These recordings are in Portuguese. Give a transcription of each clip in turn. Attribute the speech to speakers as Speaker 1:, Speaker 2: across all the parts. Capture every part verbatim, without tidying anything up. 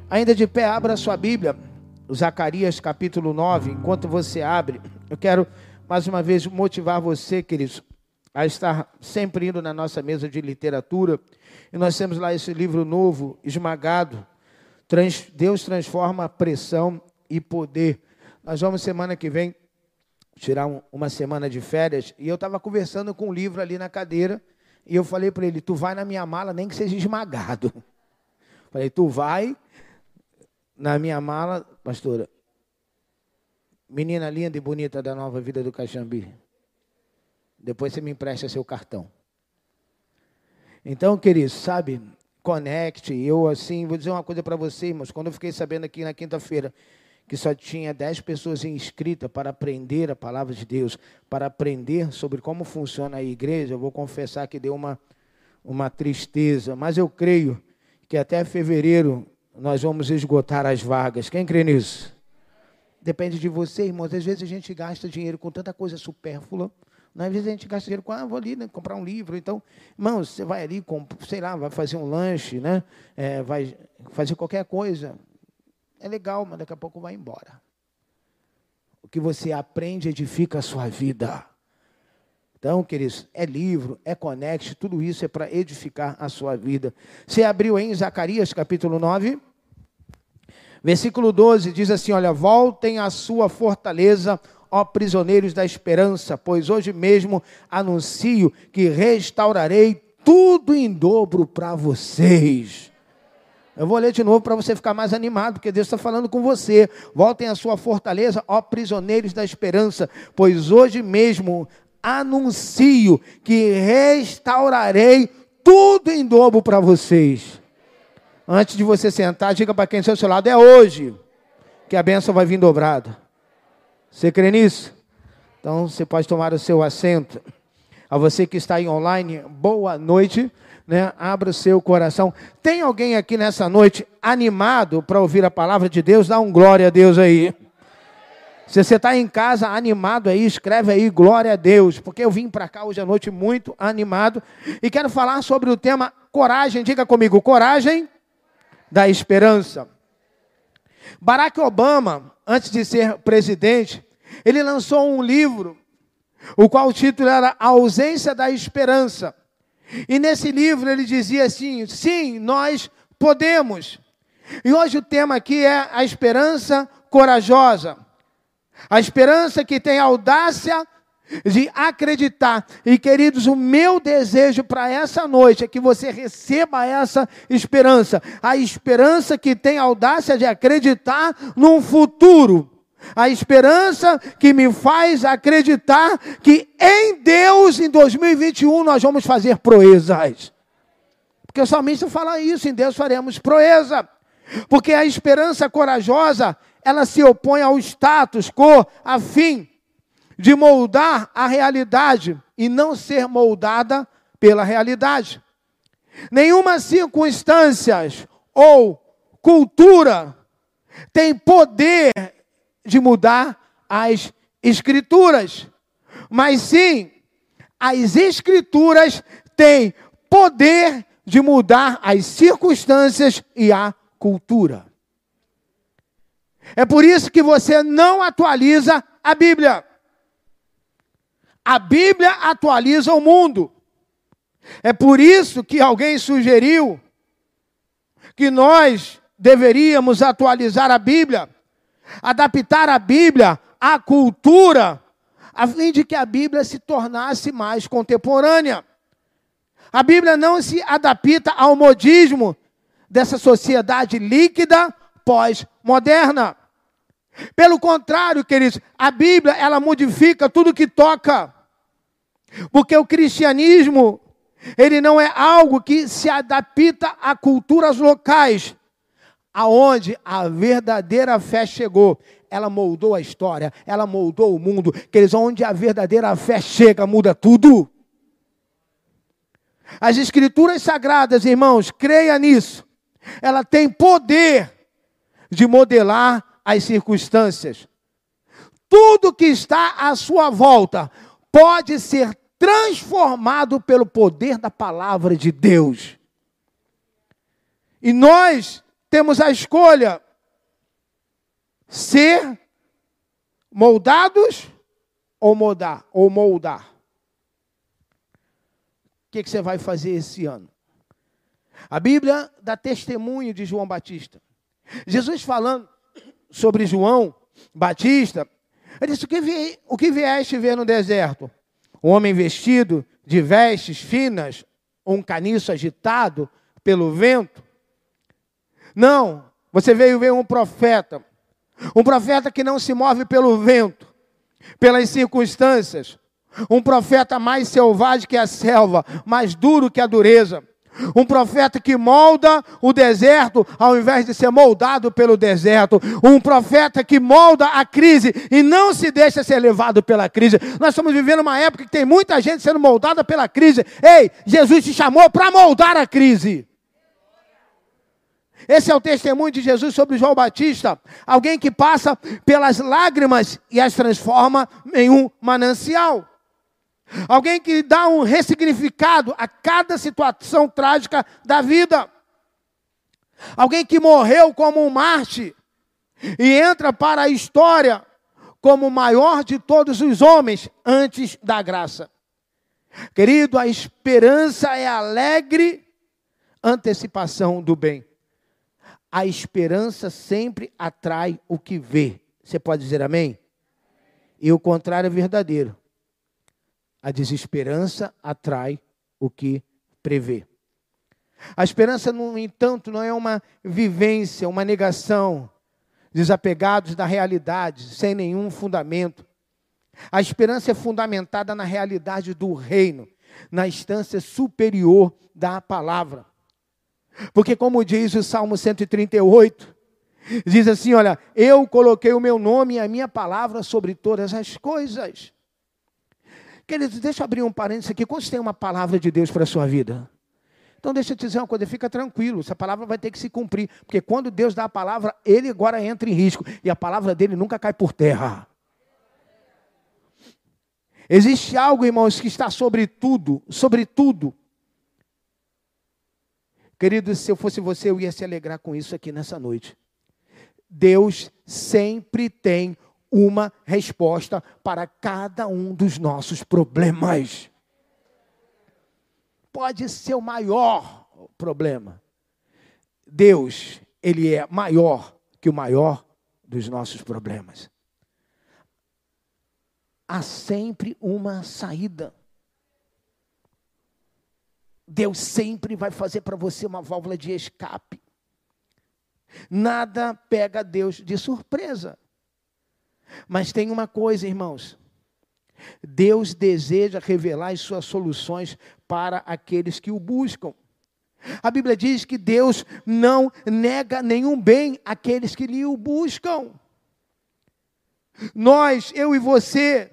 Speaker 1: Ainda de pé, abra a sua Bíblia, Zacarias capítulo nove. Enquanto você abre, eu quero mais uma vez motivar você, queridos, a estar sempre indo na nossa mesa de literatura. E nós temos lá esse livro novo, Esmagado. Trans, Deus transforma pressão e poder. Nós vamos semana que vem tirar um, uma semana de férias. E eu estava conversando com um livro ali na cadeira. E eu falei para ele, tu vai na minha mala, nem que seja esmagado. Falei, tu vai na minha mala, pastora, menina linda e bonita da Nova Vida do Caxambi. Depois você me empresta seu cartão. Então, queridos, sabe, conecte. Eu, assim, vou dizer uma coisa para você, irmãos. Quando eu fiquei sabendo aqui na quinta-feira que só tinha dez pessoas inscritas para aprender a palavra de Deus, para aprender sobre como funciona a igreja, eu vou confessar que deu uma, uma tristeza. Mas eu creio que até fevereiro nós vamos esgotar as vagas. Quem crê nisso? Depende de você, irmãos. Às vezes a gente gasta dinheiro com tanta coisa supérflua. Às vezes a gente gasta dinheiro com, ah, vou ali, né, comprar um livro. Então, irmãos, você vai ali, sei lá, vai fazer um lanche, né? É, vai fazer qualquer coisa. É legal, mas daqui a pouco vai embora. O que você aprende edifica a sua vida. Então, queridos, é livro, é conecte, tudo isso é para edificar a sua vida. Você abriu aí em Zacarias, capítulo nove, versículo doze, diz assim, olha, voltem à sua fortaleza, ó prisioneiros da esperança, pois hoje mesmo anuncio que restaurarei tudo em dobro para vocês. Eu vou ler de novo para você ficar mais animado, porque Deus está falando com você. Voltem à sua fortaleza, ó prisioneiros da esperança, pois hoje mesmo anuncio que restaurarei tudo em dobro para vocês. Antes de você sentar, diga para quem está ao seu lado, é hoje que a bênção vai vir dobrada. Você crê nisso? Então você pode tomar o seu assento. A você que está aí online, boa noite. Né? Abra o seu coração. Tem alguém aqui nessa noite animado para ouvir a palavra de Deus? Dá um glória a Deus aí. Se você está em casa animado aí, escreve aí glória a Deus. Porque eu vim para cá hoje à noite muito animado. E quero falar sobre o tema coragem. Diga comigo, coragem da esperança. Barack Obama, antes de ser presidente, ele lançou um livro, o qual o título era A Ausência da Esperança. E nesse livro ele dizia assim, sim, nós podemos. E hoje o tema aqui é a esperança corajosa. A esperança que tem audácia de acreditar. E queridos, o meu desejo para essa noite é que você receba essa esperança. A esperança que tem audácia de acreditar num futuro. A esperança que me faz acreditar que em Deus, em dois mil e vinte e um, nós vamos fazer proezas. Porque o salmista fala isso, em Deus faremos proeza. Porque a esperança corajosa, ela se opõe ao status quo, a fim de moldar a realidade e não ser moldada pela realidade. Nenhuma circunstância ou cultura tem poder de mudar as escrituras, mas sim, as escrituras têm poder de mudar as circunstâncias e a cultura. É por isso que você não atualiza a Bíblia. A Bíblia atualiza o mundo. É por isso que alguém sugeriu que nós deveríamos atualizar a Bíblia, adaptar a Bíblia à cultura, a fim de que a Bíblia se tornasse mais contemporânea. A Bíblia não se adapta ao modismo dessa sociedade líquida pós-moderna. Pelo contrário, queridos, a Bíblia, ela modifica tudo que toca. Porque o cristianismo, ele não é algo que se adapta a culturas locais. Aonde a verdadeira fé chegou, ela moldou a história, ela moldou o mundo. Queridos, onde a verdadeira fé chega, muda tudo. As escrituras sagradas, irmãos, creia nisso. Ela tem poder de modelar as circunstâncias. Tudo que está à sua volta pode ser transformado pelo poder da palavra de Deus. E nós temos a escolha: ser moldados ou moldar, ou moldar. O que, que você vai fazer esse ano? A Bíblia dá testemunho de João Batista. Jesus falando sobre João Batista, ele disse: o que, vi, o que vieste ver no deserto? Um homem vestido de vestes finas, ou um caniço agitado pelo vento? Não, você veio ver um profeta. Um profeta que não se move pelo vento, pelas circunstâncias. Um profeta mais selvagem que a selva, mais duro que a dureza. Um profeta que molda o deserto ao invés de ser moldado pelo deserto. Um profeta que molda a crise e não se deixa ser levado pela crise. Nós estamos vivendo uma época que tem muita gente sendo moldada pela crise. Ei, Jesus te chamou para moldar a crise. Esse é o testemunho de Jesus sobre João Batista. Alguém que passa pelas lágrimas e as transforma em um manancial. Alguém que dá um ressignificado a cada situação trágica da vida. Alguém que morreu como um mártir e entra para a história como o maior de todos os homens antes da graça. Querido, a esperança é a alegre antecipação do bem. A esperança sempre atrai o que vê. Você pode dizer amém? E o contrário é verdadeiro. A desesperança atrai o que prevê. A esperança, no entanto, não é uma vivência, uma negação, desapegados da realidade, sem nenhum fundamento. A esperança é fundamentada na realidade do reino, na instância superior da palavra. Porque, como diz o Salmo cento e trinta e oito, diz assim, olha, eu coloquei o meu nome e a minha palavra sobre todas as coisas. Queridos, deixa eu abrir um parênteses aqui. Quantos tem uma palavra de Deus para a sua vida? Então deixa eu te dizer uma coisa, fica tranquilo, essa palavra vai ter que se cumprir. Porque quando Deus dá a palavra, Ele agora entra em risco. E a palavra dele nunca cai por terra. Existe algo, irmãos, que está sobre tudo, sobre tudo. Queridos, se eu fosse você, eu ia se alegrar com isso aqui nessa noite. Deus sempre tem uma resposta para cada um dos nossos problemas. Pode ser o maior problema. Deus, Ele é maior que o maior dos nossos problemas. Há sempre uma saída. Deus sempre vai fazer para você uma válvula de escape. Nada pega Deus de surpresa. Mas tem uma coisa, irmãos. Deus deseja revelar as suas soluções para aqueles que o buscam. A Bíblia diz que Deus não nega nenhum bem àqueles que lhe o buscam. Nós, eu e você,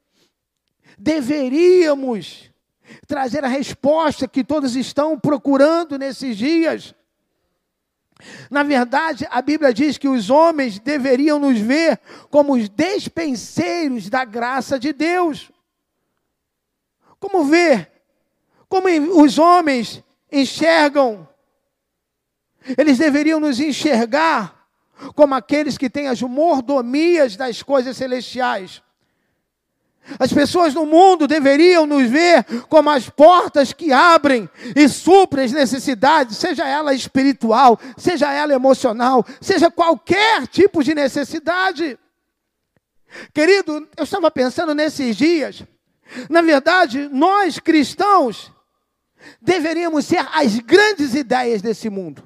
Speaker 1: deveríamos trazer a resposta que todos estão procurando nesses dias. Na verdade, a Bíblia diz que os homens deveriam nos ver como os despenseiros da graça de Deus. Como ver? Como os homens enxergam? Eles deveriam nos enxergar como aqueles que têm as mordomias das coisas celestiais. As pessoas no mundo deveriam nos ver como as portas que abrem e suprem as necessidades, seja ela espiritual, seja ela emocional, seja qualquer tipo de necessidade. Querido, eu estava pensando nesses dias, na verdade, nós cristãos deveríamos ser as grandes ideias desse mundo.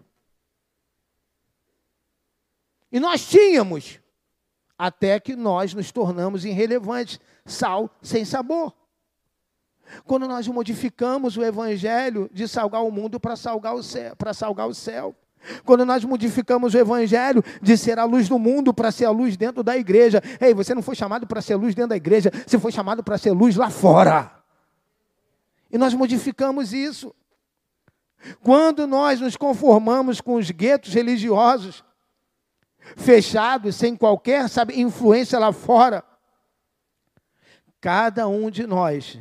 Speaker 1: E nós tínhamos, até que nós nos tornamos irrelevantes. Sal sem sabor. Quando nós modificamos o evangelho de salgar o mundo para salgar o céu, para salgar o céu. Quando nós modificamos o evangelho de ser a luz do mundo para ser a luz dentro da igreja. Ei, você não foi chamado para ser luz dentro da igreja, você foi chamado para ser luz lá fora. E nós modificamos isso. Quando nós nos conformamos com os guetos religiosos, fechados, sem qualquer, sabe, influência lá fora, cada um de nós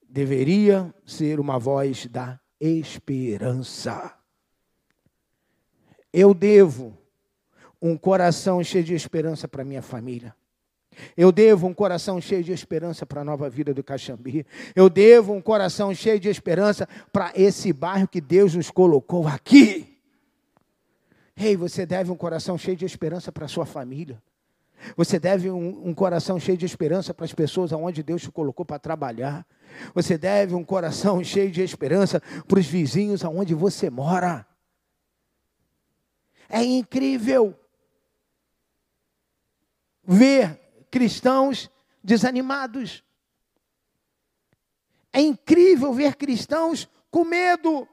Speaker 1: deveria ser uma voz da esperança. Eu devo um coração cheio de esperança para minha família. Eu devo um coração cheio de esperança para a nova vida do Caxambi. Eu devo um coração cheio de esperança para esse bairro que Deus nos colocou aqui. Ei, hey, você deve um coração cheio de esperança para a sua família. Você deve um, um coração cheio de esperança para as pessoas aonde Deus te colocou para trabalhar. Você deve um coração cheio de esperança para os vizinhos aonde você mora. É incrível ver cristãos desanimados. É incrível ver cristãos com medo.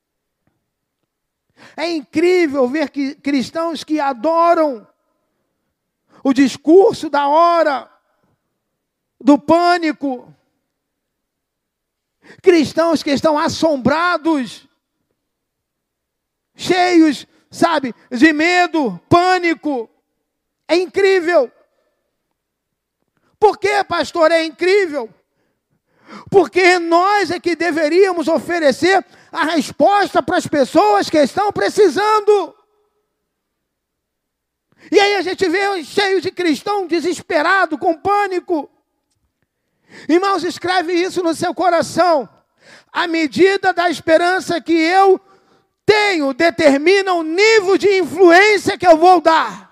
Speaker 1: É incrível ver que, cristãos que adoram o discurso da hora, do pânico. Cristãos que estão assombrados, cheios, sabe, de medo, pânico. É incrível. Por que, pastor, é incrível? Porque nós é que deveríamos oferecer a resposta para as pessoas que estão precisando. E aí a gente vê cheio de cristão desesperado, com pânico. Irmãos, escreve isso no seu coração. A medida da esperança que eu tenho determina o nível de influência que eu vou dar.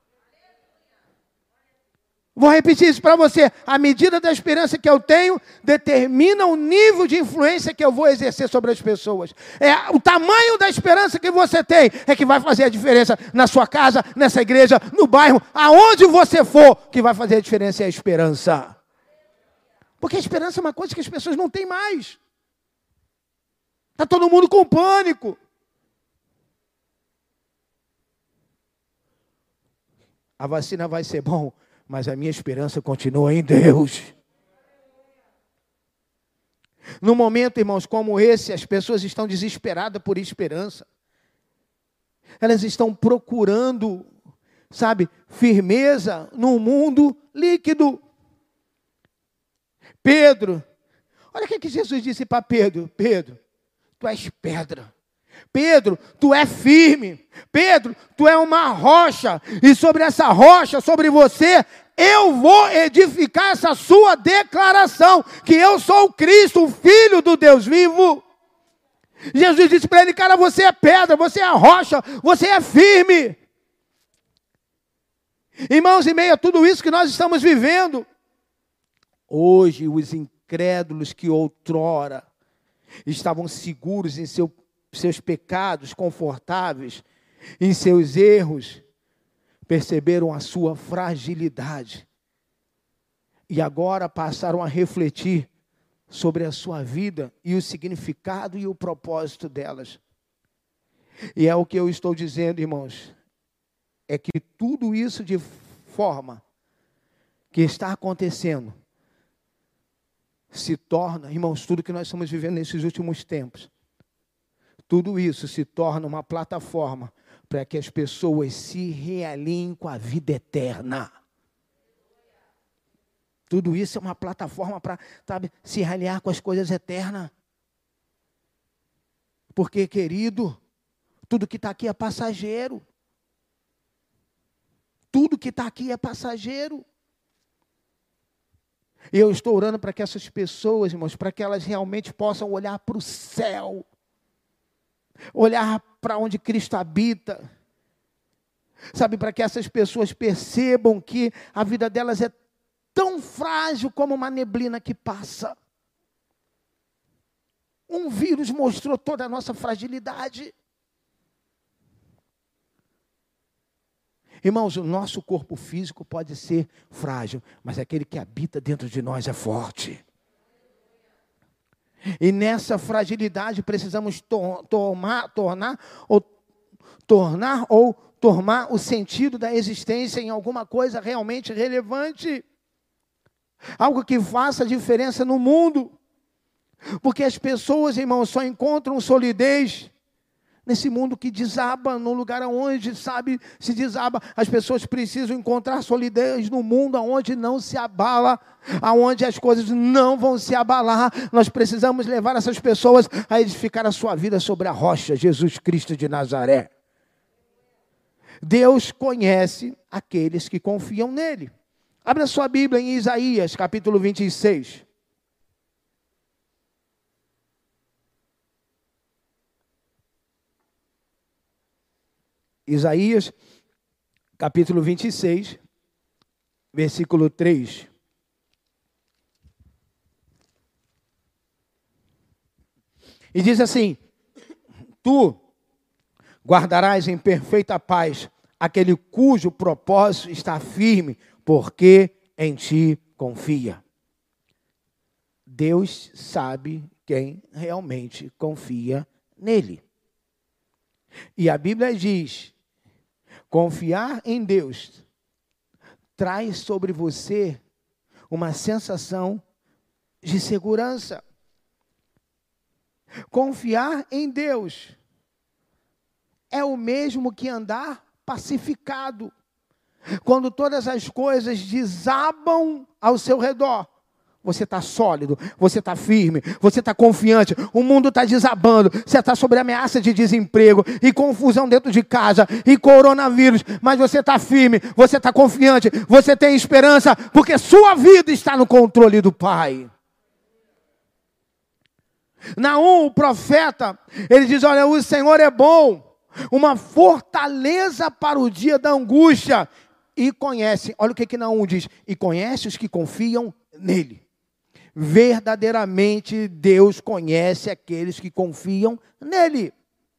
Speaker 1: Vou repetir isso para você. A medida da esperança que eu tenho determina o nível de influência que eu vou exercer sobre as pessoas. É o tamanho da esperança que você tem é que vai fazer a diferença na sua casa, nessa igreja, no bairro, aonde você for, que vai fazer a diferença é a esperança. Porque a esperança é uma coisa que as pessoas não têm mais. Está todo mundo com pânico. A vacina vai ser bom, mas a minha esperança continua em Deus. No momento, irmãos, como esse, as pessoas estão desesperadas por esperança. Elas estão procurando, sabe, firmeza num mundo líquido. Pedro, olha o que Jesus disse para Pedro. Pedro, tu és pedra. Pedro, tu é firme. Pedro, tu é uma rocha. E sobre essa rocha, sobre você, eu vou edificar essa sua declaração. Que eu sou o Cristo, o Filho do Deus vivo. Jesus disse para ele, cara, você é pedra, você é a rocha, você é firme. Irmãos, em meio a tudo isso que nós estamos vivendo, hoje os incrédulos que outrora estavam seguros em seu seus pecados, confortáveis, em seus erros, perceberam a sua fragilidade. E agora passaram a refletir sobre a sua vida e o significado e o propósito delas. E é o que eu estou dizendo, irmãos, é que tudo isso de forma que está acontecendo se torna, irmãos, tudo que nós estamos vivendo nesses últimos tempos, tudo isso se torna uma plataforma para que as pessoas se realinhem com a vida eterna. Tudo isso é uma plataforma para, sabe, se realinhar com as coisas eternas. Porque, querido, tudo que está aqui é passageiro. Tudo que está aqui é passageiro. E eu estou orando para que essas pessoas, irmãos, para que elas realmente possam olhar para o céu. Olhar para onde Cristo habita, sabe, para que essas pessoas percebam que a vida delas é tão frágil como uma neblina que passa. Um vírus mostrou toda a nossa fragilidade. Irmãos, o nosso corpo físico pode ser frágil, mas aquele que habita dentro de nós é forte. E nessa fragilidade precisamos to- tomar, tornar, ou, tornar ou tomar o sentido da existência em alguma coisa realmente relevante. Algo que faça diferença no mundo. Porque as pessoas, irmãos, só encontram solidez nesse mundo que desaba, no lugar onde, sabe, se desaba. As pessoas precisam encontrar solidez no mundo onde não se abala, aonde as coisas não vão se abalar. Nós precisamos levar essas pessoas a edificar a sua vida sobre a rocha, Jesus Cristo de Nazaré. Deus conhece aqueles que confiam nele. Abra sua Bíblia em Isaías, capítulo vinte e seis. Isaías, capítulo vinte e seis, versículo três. E diz assim: tu guardarás em perfeita paz aquele cujo propósito está firme, porque em ti confia. Deus sabe quem realmente confia nele. E a Bíblia diz: confiar em Deus traz sobre você uma sensação de segurança. Confiar em Deus é o mesmo que andar pacificado. Quando todas as coisas desabam ao seu redor, você está sólido, você está firme, você está confiante, o mundo está desabando, você está sob ameaça de desemprego, e confusão dentro de casa, e coronavírus, mas você está firme, você está confiante, você tem esperança, porque sua vida está no controle do Pai. Naum, o profeta, ele diz: olha, o Senhor é bom, uma fortaleza para o dia da angústia, e conhece, olha o que que Naum diz, e conhece os que confiam nele. Verdadeiramente Deus conhece aqueles que confiam nele.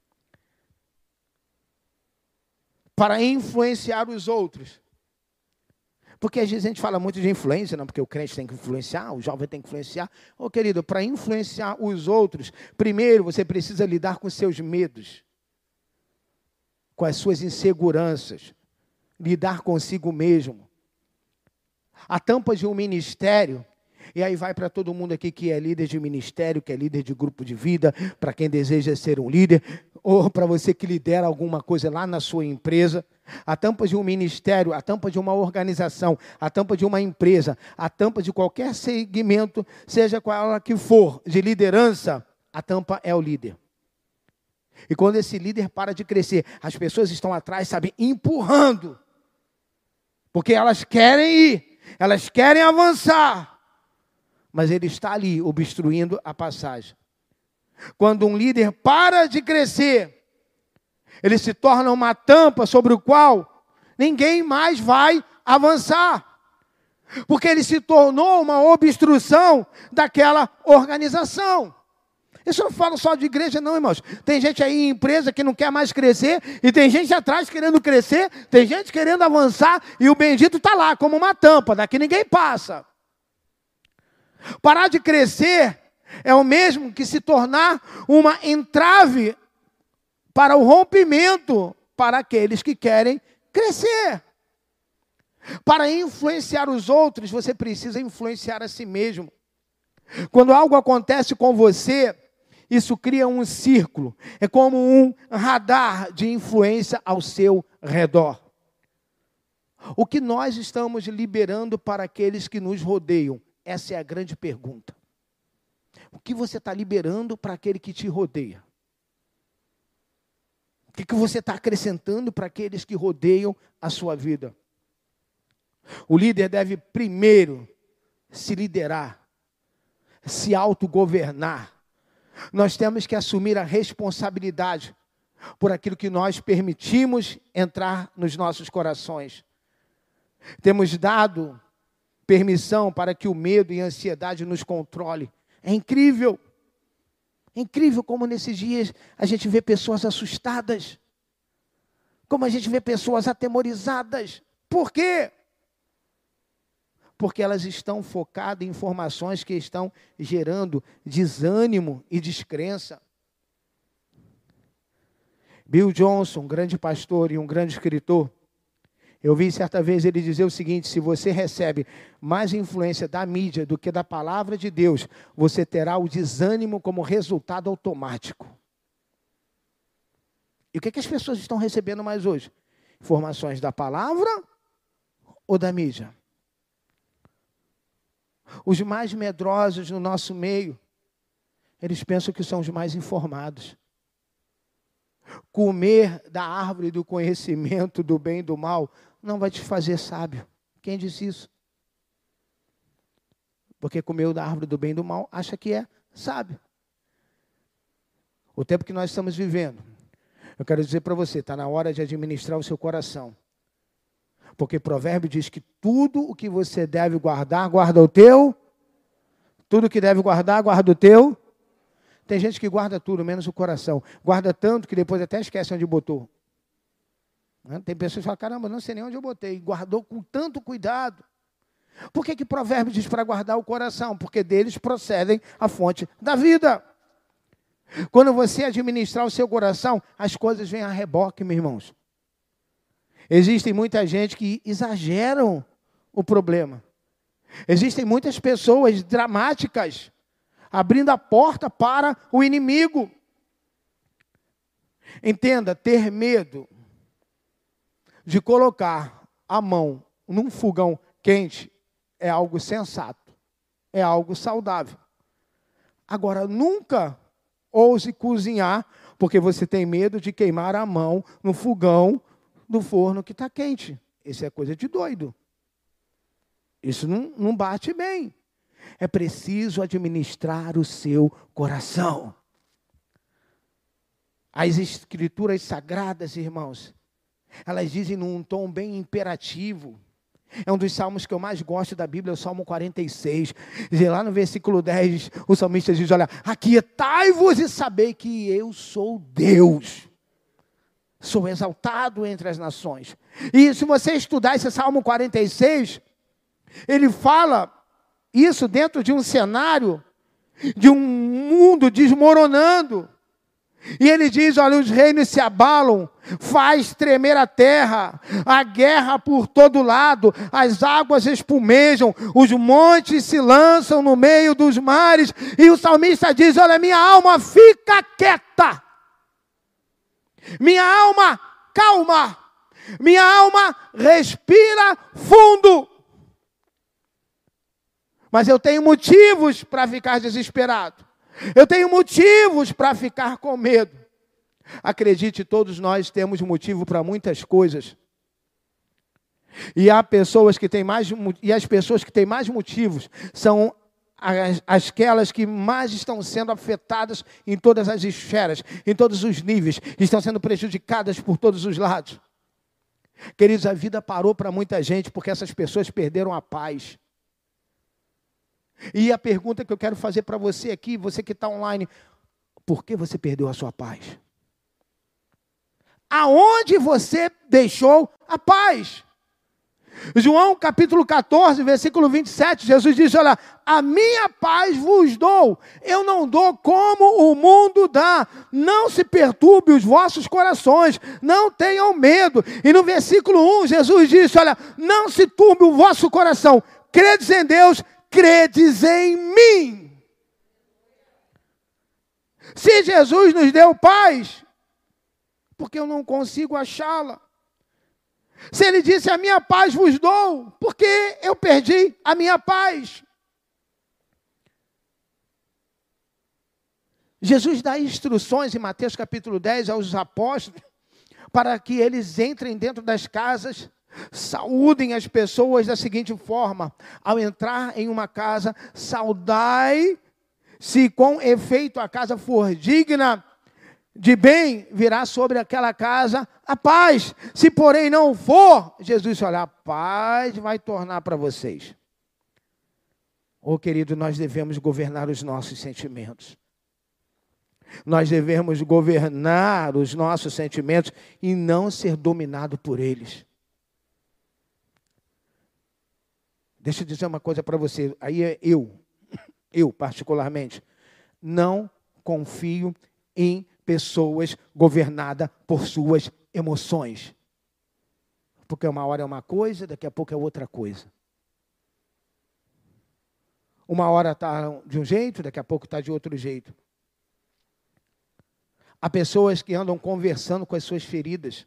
Speaker 1: Para influenciar os outros. Porque às vezes a gente fala muito de influência, não? Porque o crente tem que influenciar, o jovem tem que influenciar. Ô querido, para influenciar os outros, primeiro você precisa lidar com seus medos, com as suas inseguranças, lidar consigo mesmo. A tampa de um ministério, e aí vai para todo mundo aqui que é líder de ministério, que é líder de grupo de vida, para quem deseja ser um líder, ou para você que lidera alguma coisa lá na sua empresa. A tampa de um ministério, a tampa de uma organização, a tampa de uma empresa, a tampa de qualquer segmento, seja qual ela que for, de liderança, a tampa é o líder. E quando esse líder para de crescer, as pessoas estão atrás, sabe, empurrando. Porque elas querem ir, elas querem avançar. Mas ele está ali, obstruindo a passagem. Quando um líder para de crescer, ele se torna uma tampa sobre o qual ninguém mais vai avançar. Porque ele se tornou uma obstrução daquela organização. Isso eu não falo só de igreja não, irmãos. Tem gente aí em empresa que não quer mais crescer, e tem gente atrás querendo crescer, tem gente querendo avançar, e o bendito está lá, como uma tampa, daqui ninguém passa. Parar de crescer é o mesmo que se tornar uma entrave para o rompimento para aqueles que querem crescer. Para influenciar os outros, você precisa influenciar a si mesmo. Quando algo acontece com você, isso cria um círculo. É como um radar de influência ao seu redor. O que nós estamos liberando para aqueles que nos rodeiam? Essa é a grande pergunta. O que você está liberando para aquele que te rodeia? O que, que você está acrescentando para aqueles que rodeiam a sua vida? O líder deve primeiro se liderar, se autogovernar. Nós temos que assumir a responsabilidade por aquilo que nós permitimos entrar nos nossos corações. Temos dado permissão para que o medo e a ansiedade nos controle. É incrível. É incrível como nesses dias a gente vê pessoas assustadas. Como a gente vê pessoas atemorizadas. Por quê? Porque elas estão focadas em informações que estão gerando desânimo e descrença. Bill Johnson, um grande pastor e um grande escritor, eu vi certa vez ele dizer o seguinte: se você recebe mais influência da mídia do que da palavra de Deus, você terá o desânimo como resultado automático. E o que, é que as pessoas estão recebendo mais hoje? Informações da palavra ou da mídia? Os mais medrosos no nosso meio, eles pensam que são os mais informados. Comer da árvore do conhecimento do bem e do mal não vai te fazer sábio. Quem disse isso? Porque comeu da árvore do bem e do mal, acha que é sábio. O tempo que nós estamos vivendo, eu quero dizer para você, está na hora de administrar o seu coração. Porque provérbio diz que tudo o que você deve guardar, guarda o teu. Tudo que deve guardar, guarda o teu. Tem gente que guarda tudo, menos o coração. Guarda tanto que depois até esquece onde botou. Tem pessoas que falam, caramba, não sei nem onde eu botei. Guardou com tanto cuidado. Por que que provérbio diz para guardar o coração? Porque deles procedem a fonte da vida. Quando você administrar o seu coração, as coisas vêm a reboque, meus irmãos. Existem muita gente que exageram o problema. Existem muitas pessoas dramáticas, abrindo a porta para o inimigo. Entenda, ter medo de colocar a mão num fogão quente é algo sensato, é algo saudável. Agora, nunca ouse cozinhar, porque você tem medo de queimar a mão no fogão do forno que está quente. Isso é coisa de doido. Isso não, não bate bem. É preciso administrar o seu coração. As escrituras sagradas, irmãos, elas dizem num tom bem imperativo. É um dos salmos que eu mais gosto da Bíblia, é o Salmo quarenta e seis. Diz lá no versículo dez, o salmista diz, olha, aquietai-vos e sabei que eu sou Deus. Sou exaltado entre as nações. E se você estudar esse Salmo quarenta e seis, ele fala isso dentro de um cenário, de um mundo desmoronando. E ele diz, olha, os reinos se abalam, faz tremer a terra, a guerra por todo lado, as águas espumejam, os montes se lançam no meio dos mares, e o salmista diz, olha, minha alma fica quieta, minha alma calma, minha alma respira fundo, mas eu tenho motivos para ficar desesperado. Eu tenho motivos para ficar com medo. Acredite, todos nós temos motivo para muitas coisas. E há pessoas que têm mais, e as pessoas que têm mais motivos são as, aquelas que mais estão sendo afetadas em todas as esferas, em todos os níveis, estão sendo prejudicadas por todos os lados. Queridos, a vida parou para muita gente porque essas pessoas perderam a paz. E a pergunta que eu quero fazer para você aqui, você que está online, por que você perdeu a sua paz? Aonde você deixou a paz? João capítulo catorze, versículo vinte e sete, Jesus diz, olha, a minha paz vos dou, eu não dou como o mundo dá, não se perturbe os vossos corações, não tenham medo. E no versículo um, Jesus disse, olha, não se turbe o vosso coração, credes em Deus, credes em mim. Se Jesus nos deu paz, porque eu não consigo achá-la? Se ele disse, a minha paz vos dou, porque eu perdi a minha paz? Jesus dá instruções em Mateus capítulo dez aos apóstolos, para que eles entrem dentro das casas, saúdem as pessoas da seguinte forma, ao entrar em uma casa, saudai, se com efeito a casa for digna de bem, virá sobre aquela casa a paz. Se porém não for, Jesus disse, olha, a paz vai tornar para vocês. Oh, querido, nós devemos governar os nossos sentimentos. Nós devemos governar os nossos sentimentos e não ser dominado por eles. Deixa eu dizer uma coisa para você, aí é eu, eu particularmente, não confio em pessoas governadas por suas emoções. Porque uma hora é uma coisa, daqui a pouco é outra coisa. Uma hora está de um jeito, daqui a pouco está de outro jeito. Há pessoas que andam conversando com as suas feridas.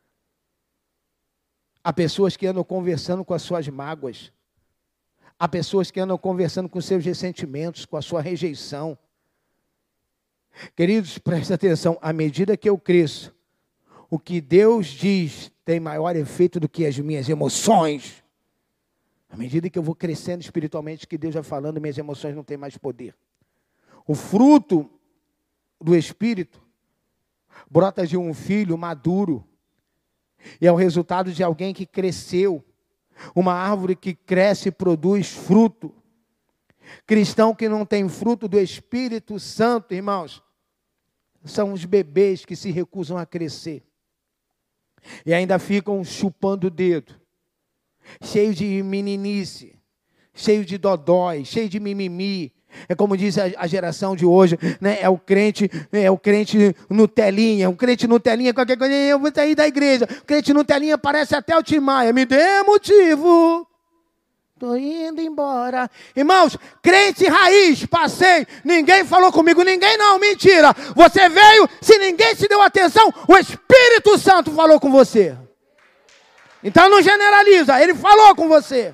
Speaker 1: Há pessoas que andam conversando com as suas mágoas. Há pessoas que andam conversando com seus ressentimentos, com a sua rejeição. Queridos, preste atenção, à medida que eu cresço, o que Deus diz tem maior efeito do que as minhas emoções. À medida que eu vou crescendo espiritualmente, que Deus vai falando, minhas emoções não têm mais poder. O fruto do Espírito brota de um filho maduro. E é o resultado de alguém que cresceu. Uma árvore que cresce e produz fruto. Cristão que não tem fruto do Espírito Santo, irmãos, são os bebês que se recusam a crescer. E ainda ficam chupando o dedo. Cheio de meninice, cheio de dodói, cheio de mimimi. É como diz a, a geração de hoje, né? É o crente, é o crente Nutelinha, um crente Nutelinha, qualquer coisa, eu vou sair da igreja. O crente Nutelinha parece até o Tim Maia, me dê motivo. Estou indo embora. Irmãos, crente raiz, passei, ninguém falou comigo, ninguém não, mentira. Você veio, se ninguém te deu atenção, o Espírito Santo falou com você. Então não generaliza, ele falou com você.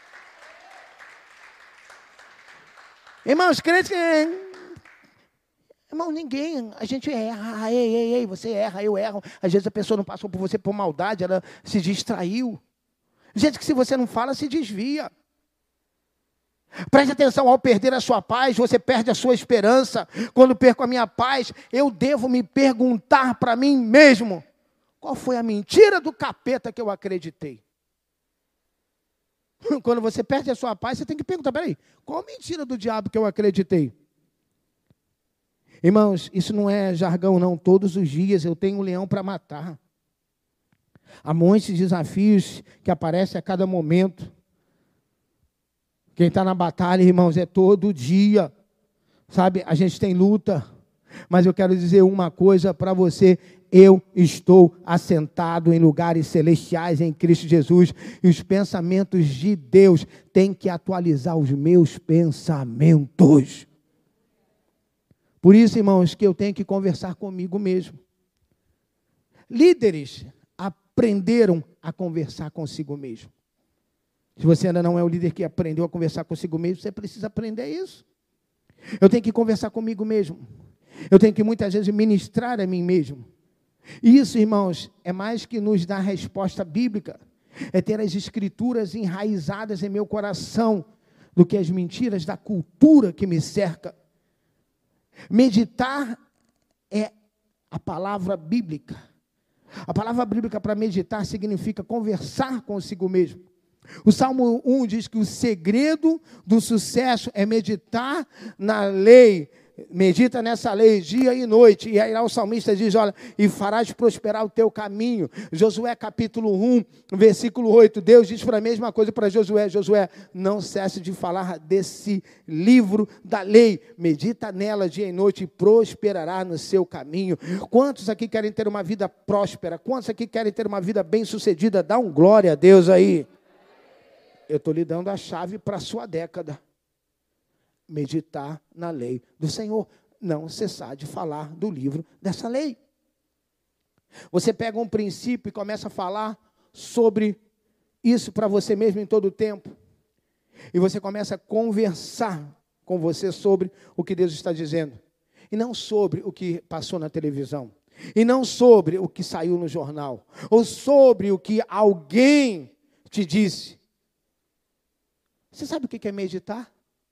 Speaker 1: Irmãos, crentes, irmão, ninguém, a gente erra, ei, ei, ei, você erra, eu erro. Às vezes a pessoa não passou por você por maldade, ela se distraiu. Gente que se você não fala, se desvia. Preste atenção, ao perder a sua paz, você perde a sua esperança. Quando perco a minha paz, eu devo me perguntar para mim mesmo, qual foi a mentira do capeta que eu acreditei? Quando você perde a sua paz, você tem que perguntar, peraí, qual a mentira do diabo que eu acreditei? Irmãos, isso não é jargão não, todos os dias eu tenho um leão para matar. Há muitos desafios que aparecem a cada momento. Quem está na batalha, irmãos, é todo dia. Sabe, a gente tem luta. Mas eu quero dizer uma coisa para você. Eu estou assentado em lugares celestiais em Cristo Jesus. E os pensamentos de Deus têm que atualizar os meus pensamentos. Por isso, irmãos, que eu tenho que conversar comigo mesmo. Líderes aprenderam a conversar consigo mesmo. Se você ainda não é o líder que aprendeu a conversar consigo mesmo, você precisa aprender isso. Eu tenho que conversar comigo mesmo. Eu tenho que muitas vezes ministrar a mim mesmo. Isso, irmãos, é mais que nos dar resposta bíblica. É ter as escrituras enraizadas em meu coração do que as mentiras da cultura que me cerca. Meditar é a palavra bíblica. A palavra bíblica para meditar significa conversar consigo mesmo. O Salmo um diz que o segredo do sucesso é meditar na lei. Medita nessa lei dia e noite. E aí lá o salmista diz, olha, e farás prosperar o teu caminho. Josué capítulo um, versículo oito. Deus diz para a mesma coisa para Josué. Josué, não cesse de falar desse livro da lei. Medita nela dia e noite e prosperará no seu caminho. Quantos aqui querem ter uma vida próspera? Quantos aqui querem ter uma vida bem sucedida? Dá um glória a Deus aí. Eu estou lhe dando a chave para a sua década. Meditar na lei do Senhor. Não cessar de falar do livro dessa lei. Você pega um princípio e começa a falar sobre isso para você mesmo em todo o tempo. E você começa a conversar com você sobre o que Deus está dizendo. E não sobre o que passou na televisão. E não sobre o que saiu no jornal. Ou sobre o que alguém te disse. Você sabe o que é meditar?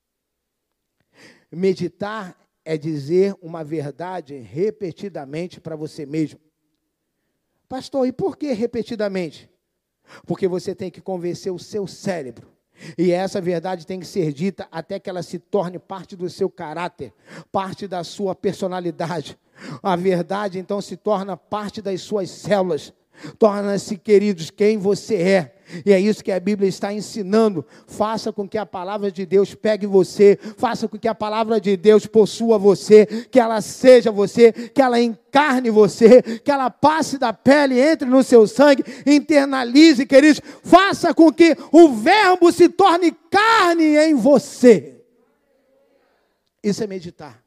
Speaker 1: Meditar é dizer uma verdade repetidamente para você mesmo. Pastor, e por que repetidamente? Porque você tem que convencer o seu cérebro. E essa verdade tem que ser dita até que ela se torne parte do seu caráter, parte da sua personalidade. A verdade, então, se torna parte das suas células. Torna-se, queridos, quem você é. E é isso que a Bíblia está ensinando. Faça com que a palavra de Deus pegue você. Faça com que a palavra de Deus possua você. Que ela seja você. Que ela encarne você. Que ela passe da pele, entre no seu sangue. Internalize, queridos. Faça com que o verbo se torne carne em você. Isso é meditar.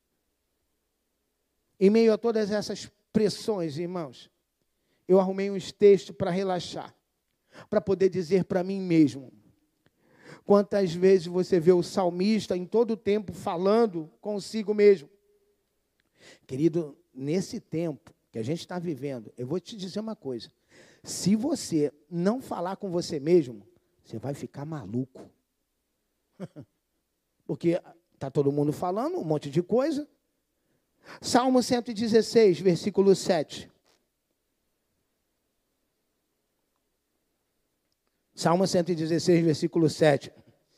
Speaker 1: Em meio a todas essas pressões, irmãos, eu arrumei uns textos para relaxar, para poder dizer para mim mesmo. Quantas vezes você vê o salmista em todo o tempo falando consigo mesmo. Querido, nesse tempo que a gente está vivendo, eu vou te dizer uma coisa. Se você não falar com você mesmo, você vai ficar maluco. Porque está todo mundo falando um monte de coisa. Salmo cento e dezesseis, versículo sete. Salmo cento e dezesseis, versículo sete.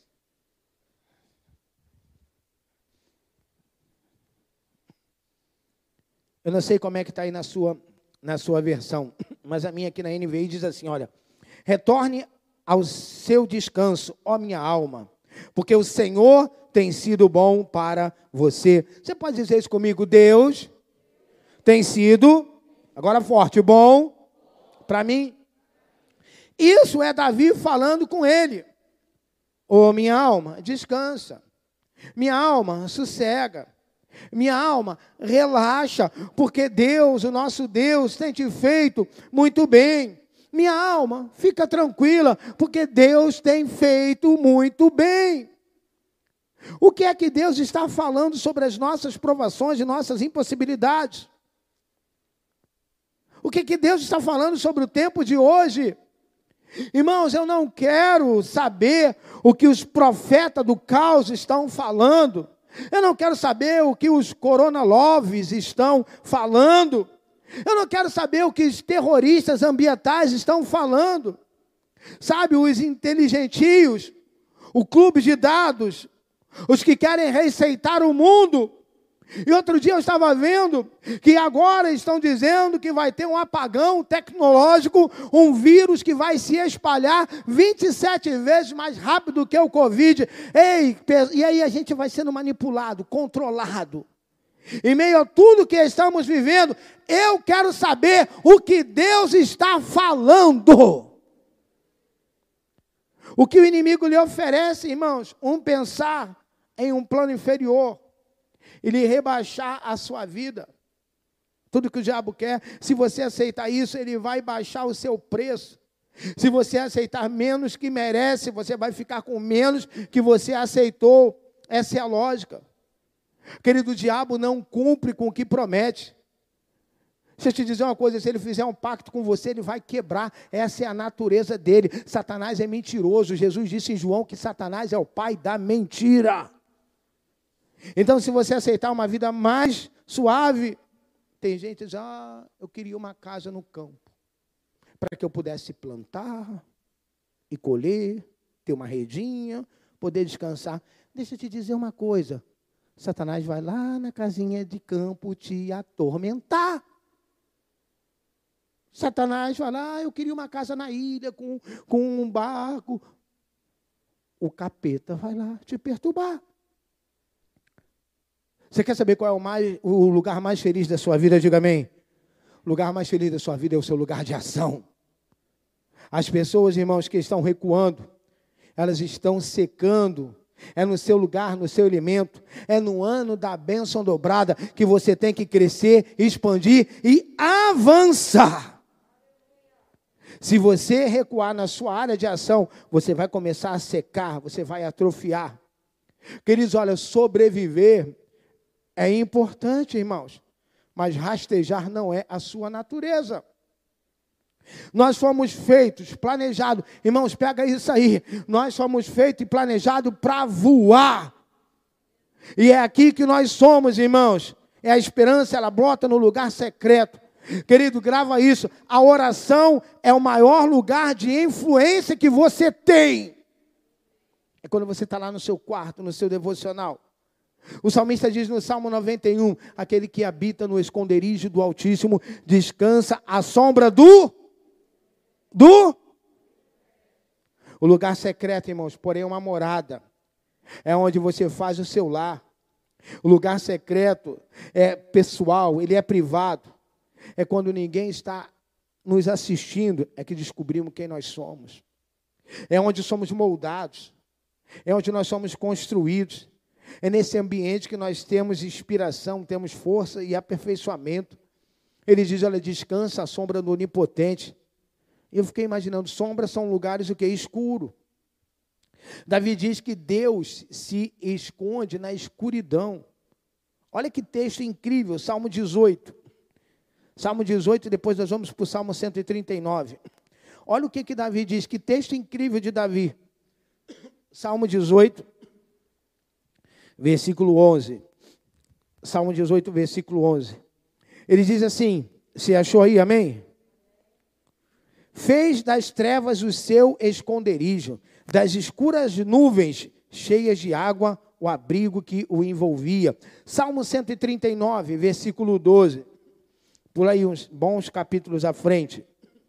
Speaker 1: Eu não sei como é que está aí na sua, na sua versão, mas a minha aqui na N V I diz assim, olha, retorne ao seu descanso, ó minha alma, porque o Senhor tem sido bom para você. Você pode dizer isso comigo? Deus tem sido, agora forte, bom para mim. Isso é Davi falando com ele. Ô minha alma, descansa. Minha alma, sossega. Minha alma, relaxa, porque Deus, o nosso Deus, tem te feito muito bem. Minha alma, fica tranquila, porque Deus tem feito muito bem. O que é que Deus está falando sobre as nossas provações e nossas impossibilidades? O que é que Deus está falando sobre o tempo de hoje? Irmãos, eu não quero saber o que os profetas do caos estão falando. Eu não quero saber o que os coronaloves estão falando. Eu não quero saber o que os terroristas ambientais estão falando. Sabe, os inteligentinhos, o clube de dados, os que querem receitar o mundo. E outro dia eu estava vendo que agora estão dizendo que vai ter um apagão tecnológico, um vírus que vai se espalhar vinte e sete vezes mais rápido que o Covid. Ei, e aí a gente vai sendo manipulado, controlado. Em meio a tudo que estamos vivendo, eu quero saber o que Deus está falando. O que o inimigo lhe oferece, irmãos, um pensar em um plano inferior. Ele rebaixar a sua vida. Tudo que o diabo quer, se você aceitar isso, ele vai baixar o seu preço. Se você aceitar menos que merece, você vai ficar com menos que você aceitou. Essa é a lógica. Querido, o diabo não cumpre com o que promete. Deixa eu te dizer uma coisa, se ele fizer um pacto com você, ele vai quebrar. Essa é a natureza dele. Satanás é mentiroso. Jesus disse em João que Satanás é o pai da mentira. Então, se você aceitar uma vida mais suave, tem gente que diz, ah, eu queria uma casa no campo, para que eu pudesse plantar e colher, ter uma redinha, poder descansar. Deixa eu te dizer uma coisa, Satanás vai lá na casinha de campo te atormentar. Satanás vai lá, ah, eu queria uma casa na ilha, com, com um barco. O capeta vai lá te perturbar. Você quer saber qual é o, mais, o lugar mais feliz da sua vida? Diga amém. O lugar mais feliz da sua vida é o seu lugar de ação. As pessoas, irmãos, que estão recuando, elas estão secando. É no seu lugar, no seu elemento. É no ano da bênção dobrada que você tem que crescer, expandir e avançar. Se você recuar na sua área de ação, você vai começar a secar, você vai atrofiar. Queridos, olha, sobreviver é importante, irmãos, mas rastejar não é a sua natureza. Nós fomos feitos, planejados, irmãos, pega isso aí, nós fomos feitos e planejados para voar. E é aqui que nós somos, irmãos. É a esperança, ela brota no lugar secreto. Querido, grava isso, a oração é o maior lugar de influência que você tem. É quando você está lá no seu quarto, no seu devocional. O salmista diz no Salmo noventa e um, aquele que habita no esconderijo do Altíssimo, descansa à sombra do, do, o lugar secreto, irmãos, porém é uma morada, é onde você faz o seu lar. O lugar secreto é pessoal, ele é privado, é quando ninguém está nos assistindo, é que descobrimos quem nós somos, é onde somos moldados, é onde nós somos construídos. É nesse ambiente que nós temos inspiração, temos força e aperfeiçoamento. Ele diz, olha, descansa à sombra do Onipotente. Eu fiquei imaginando, sombras são lugares o que? Escuro. Davi diz que Deus se esconde na escuridão. Olha que texto incrível, Salmo dezoito. Salmo dezoito, depois nós vamos para o Salmo cento e trinta e nove. Olha o que, que Davi diz, que texto incrível de Davi. Salmo dezoito, versículo onze. Salmo dezoito, versículo onze. Ele diz assim, você achou aí, amém? Fez das trevas o seu esconderijo, das escuras nuvens cheias de água, o abrigo que o envolvia. Salmo cento e trinta e nove, versículo doze. Por aí uns bons capítulos à frente.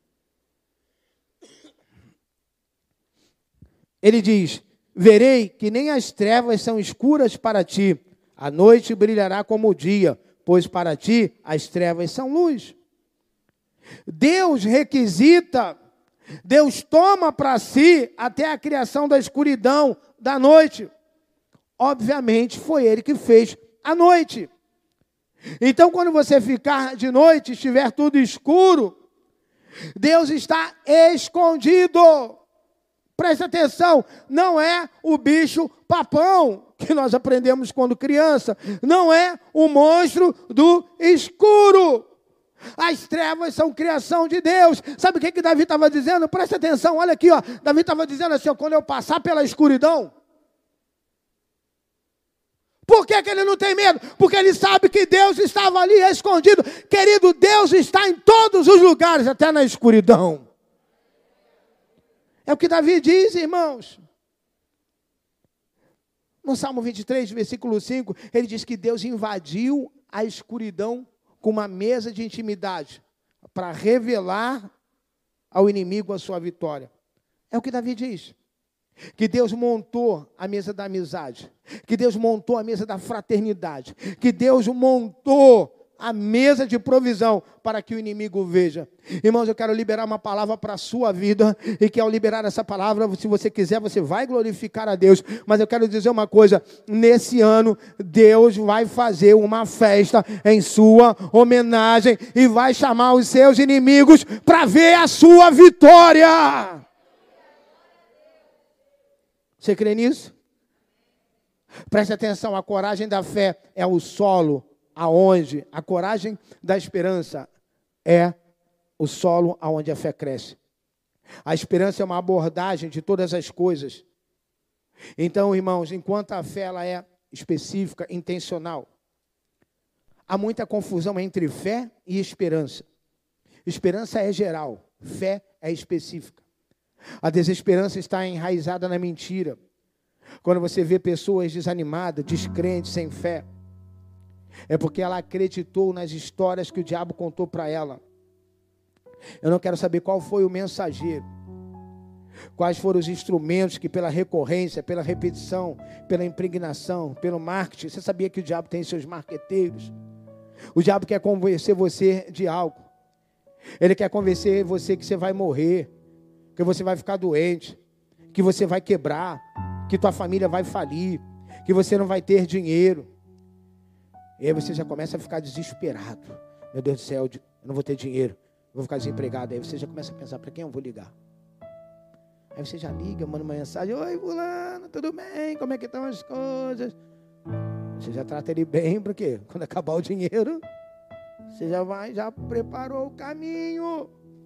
Speaker 1: Ele diz, verei que nem as trevas são escuras para ti, a noite brilhará como o dia, pois para ti as trevas são luz. Deus requisita, Deus toma para si até a criação da escuridão da noite. Obviamente foi Ele que fez a noite. Então quando você ficar de noite, estiver tudo escuro, Deus está escondido. Presta atenção, não é o bicho papão que nós aprendemos quando criança, não é o monstro do escuro. As trevas são criação de Deus. Sabe o que, que Davi estava dizendo? Presta atenção, olha aqui, ó. Davi estava dizendo assim, ó, quando eu passar pela escuridão. Por que, que ele não tem medo? Porque ele sabe que Deus estava ali escondido. Querido, Deus está em todos os lugares, até na escuridão. É o que Davi diz, irmãos. No Salmo vinte e três, versículo cinco, ele diz que Deus invadiu a escuridão com uma mesa de intimidade, para revelar ao inimigo a sua vitória. É o que Davi diz. Que Deus montou a mesa da amizade, que Deus montou a mesa da fraternidade, que Deus montou a mesa de provisão para que o inimigo veja. Irmãos, eu quero liberar uma palavra para a sua vida, e que ao liberar essa palavra, se você quiser, você vai glorificar a Deus, mas eu quero dizer uma coisa, nesse ano, Deus vai fazer uma festa em sua homenagem, e vai chamar os seus inimigos para ver a sua vitória. Você crê nisso? Preste atenção, a coragem da fé é o solo aonde a coragem da esperança é o solo aonde a fé cresce. A esperança é uma abordagem de todas as coisas. Então, irmãos, enquanto a fé ela é específica, intencional, há muita confusão entre fé e esperança. Esperança é geral, fé é específica. A desesperança está enraizada na mentira. Quando você vê pessoas desanimadas, descrentes, sem fé, é porque ela acreditou nas histórias que o diabo contou para ela. Eu não quero saber qual foi o mensageiro, quais foram os instrumentos que pela recorrência, pela repetição, pela impregnação, pelo marketing. Você sabia que o diabo tem seus marqueteiros? O diabo quer convencer você de algo. Ele quer convencer você que você vai morrer, que você vai ficar doente, que você vai quebrar, que tua família vai falir, que você não vai ter dinheiro. E aí você já começa a ficar desesperado. Meu Deus do céu, eu não vou ter dinheiro, vou ficar desempregado. Aí você já começa a pensar, para quem eu vou ligar? Aí você já liga, manda uma mensagem, oi fulano, tudo bem? Como é que estão as coisas? Você já trata ele bem, porque quando acabar o dinheiro, você já vai, já preparou o caminho.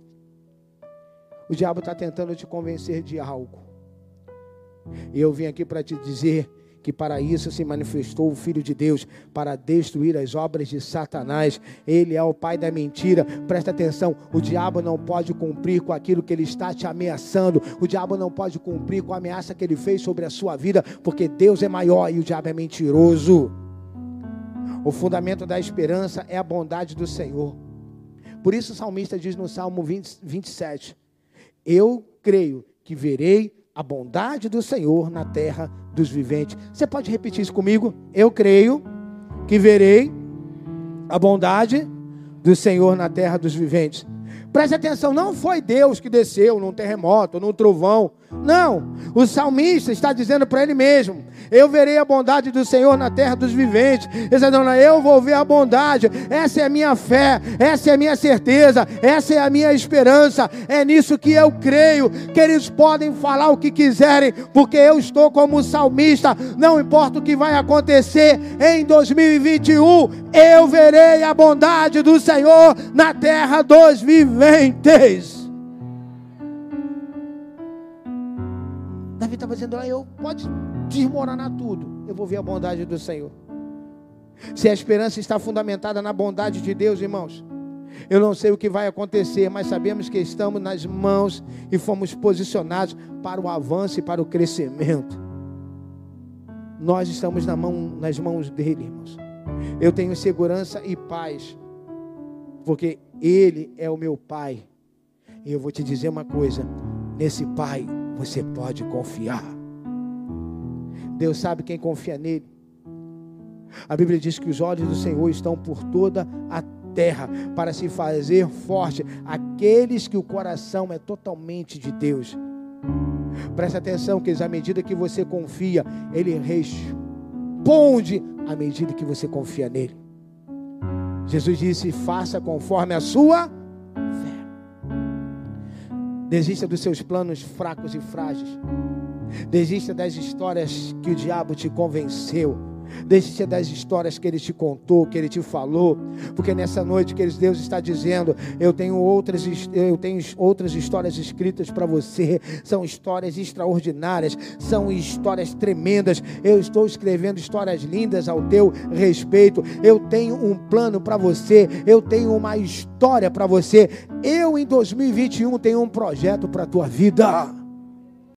Speaker 1: O diabo está tentando te convencer de algo. E eu vim aqui para te dizer que para isso se manifestou o Filho de Deus, para destruir as obras de Satanás. Ele é o pai da mentira. Presta atenção, o diabo não pode cumprir com aquilo que ele está te ameaçando. O diabo não pode cumprir com a ameaça que ele fez sobre a sua vida, porque Deus é maior e o diabo é mentiroso. O fundamento da esperança é a bondade do Senhor. Por isso o salmista diz no Salmo vinte, vinte e sete, eu creio que verei a bondade do Senhor na terra dos viventes. Você pode repetir isso comigo? Eu creio que verei a bondade do Senhor na terra dos viventes. Preste atenção, não foi Deus que desceu num terremoto, num trovão. Não, o salmista está dizendo para ele mesmo: eu verei a bondade do Senhor na terra dos viventes. Ele está dizendo: eu vou ver a bondade. Essa é a minha fé, essa é a minha certeza, essa é a minha esperança. É nisso que eu creio. Que eles podem falar o que quiserem, porque eu estou como salmista. Não importa o que vai acontecer em dois mil e vinte e um, eu verei a bondade do Senhor na terra dos viventes. Davi estava dizendo: eu pode desmoronar tudo, eu vou ver a bondade do Senhor. Se a esperança está fundamentada na bondade de Deus, irmãos, eu não sei o que vai acontecer, mas sabemos que estamos nas mãos e fomos posicionados para o avanço e para o crescimento. Nós estamos na mão, nas mãos dele, irmãos. Eu tenho segurança e paz, porque ele é o meu Pai. E eu vou te dizer uma coisa: nesse Pai você pode confiar. Deus sabe quem confia nele. A Bíblia diz que os olhos do Senhor estão por toda a terra para se fazer forte aqueles que o coração é totalmente de Deus. Presta atenção, que à medida que você confia, ele responde à medida que você confia nele. Jesus disse: faça conforme a sua fé. Desista dos seus planos fracos e frágeis. Desista das histórias que o diabo te convenceu. Desista das histórias que ele te contou, que ele te falou, porque nessa noite que Deus está dizendo: eu tenho outras, eu tenho outras histórias escritas para você. São histórias extraordinárias, são histórias tremendas. Eu estou escrevendo histórias lindas ao teu respeito. Eu tenho um plano para você, eu tenho uma história para você. Eu em dois mil e vinte e um tenho um projeto para a tua vida.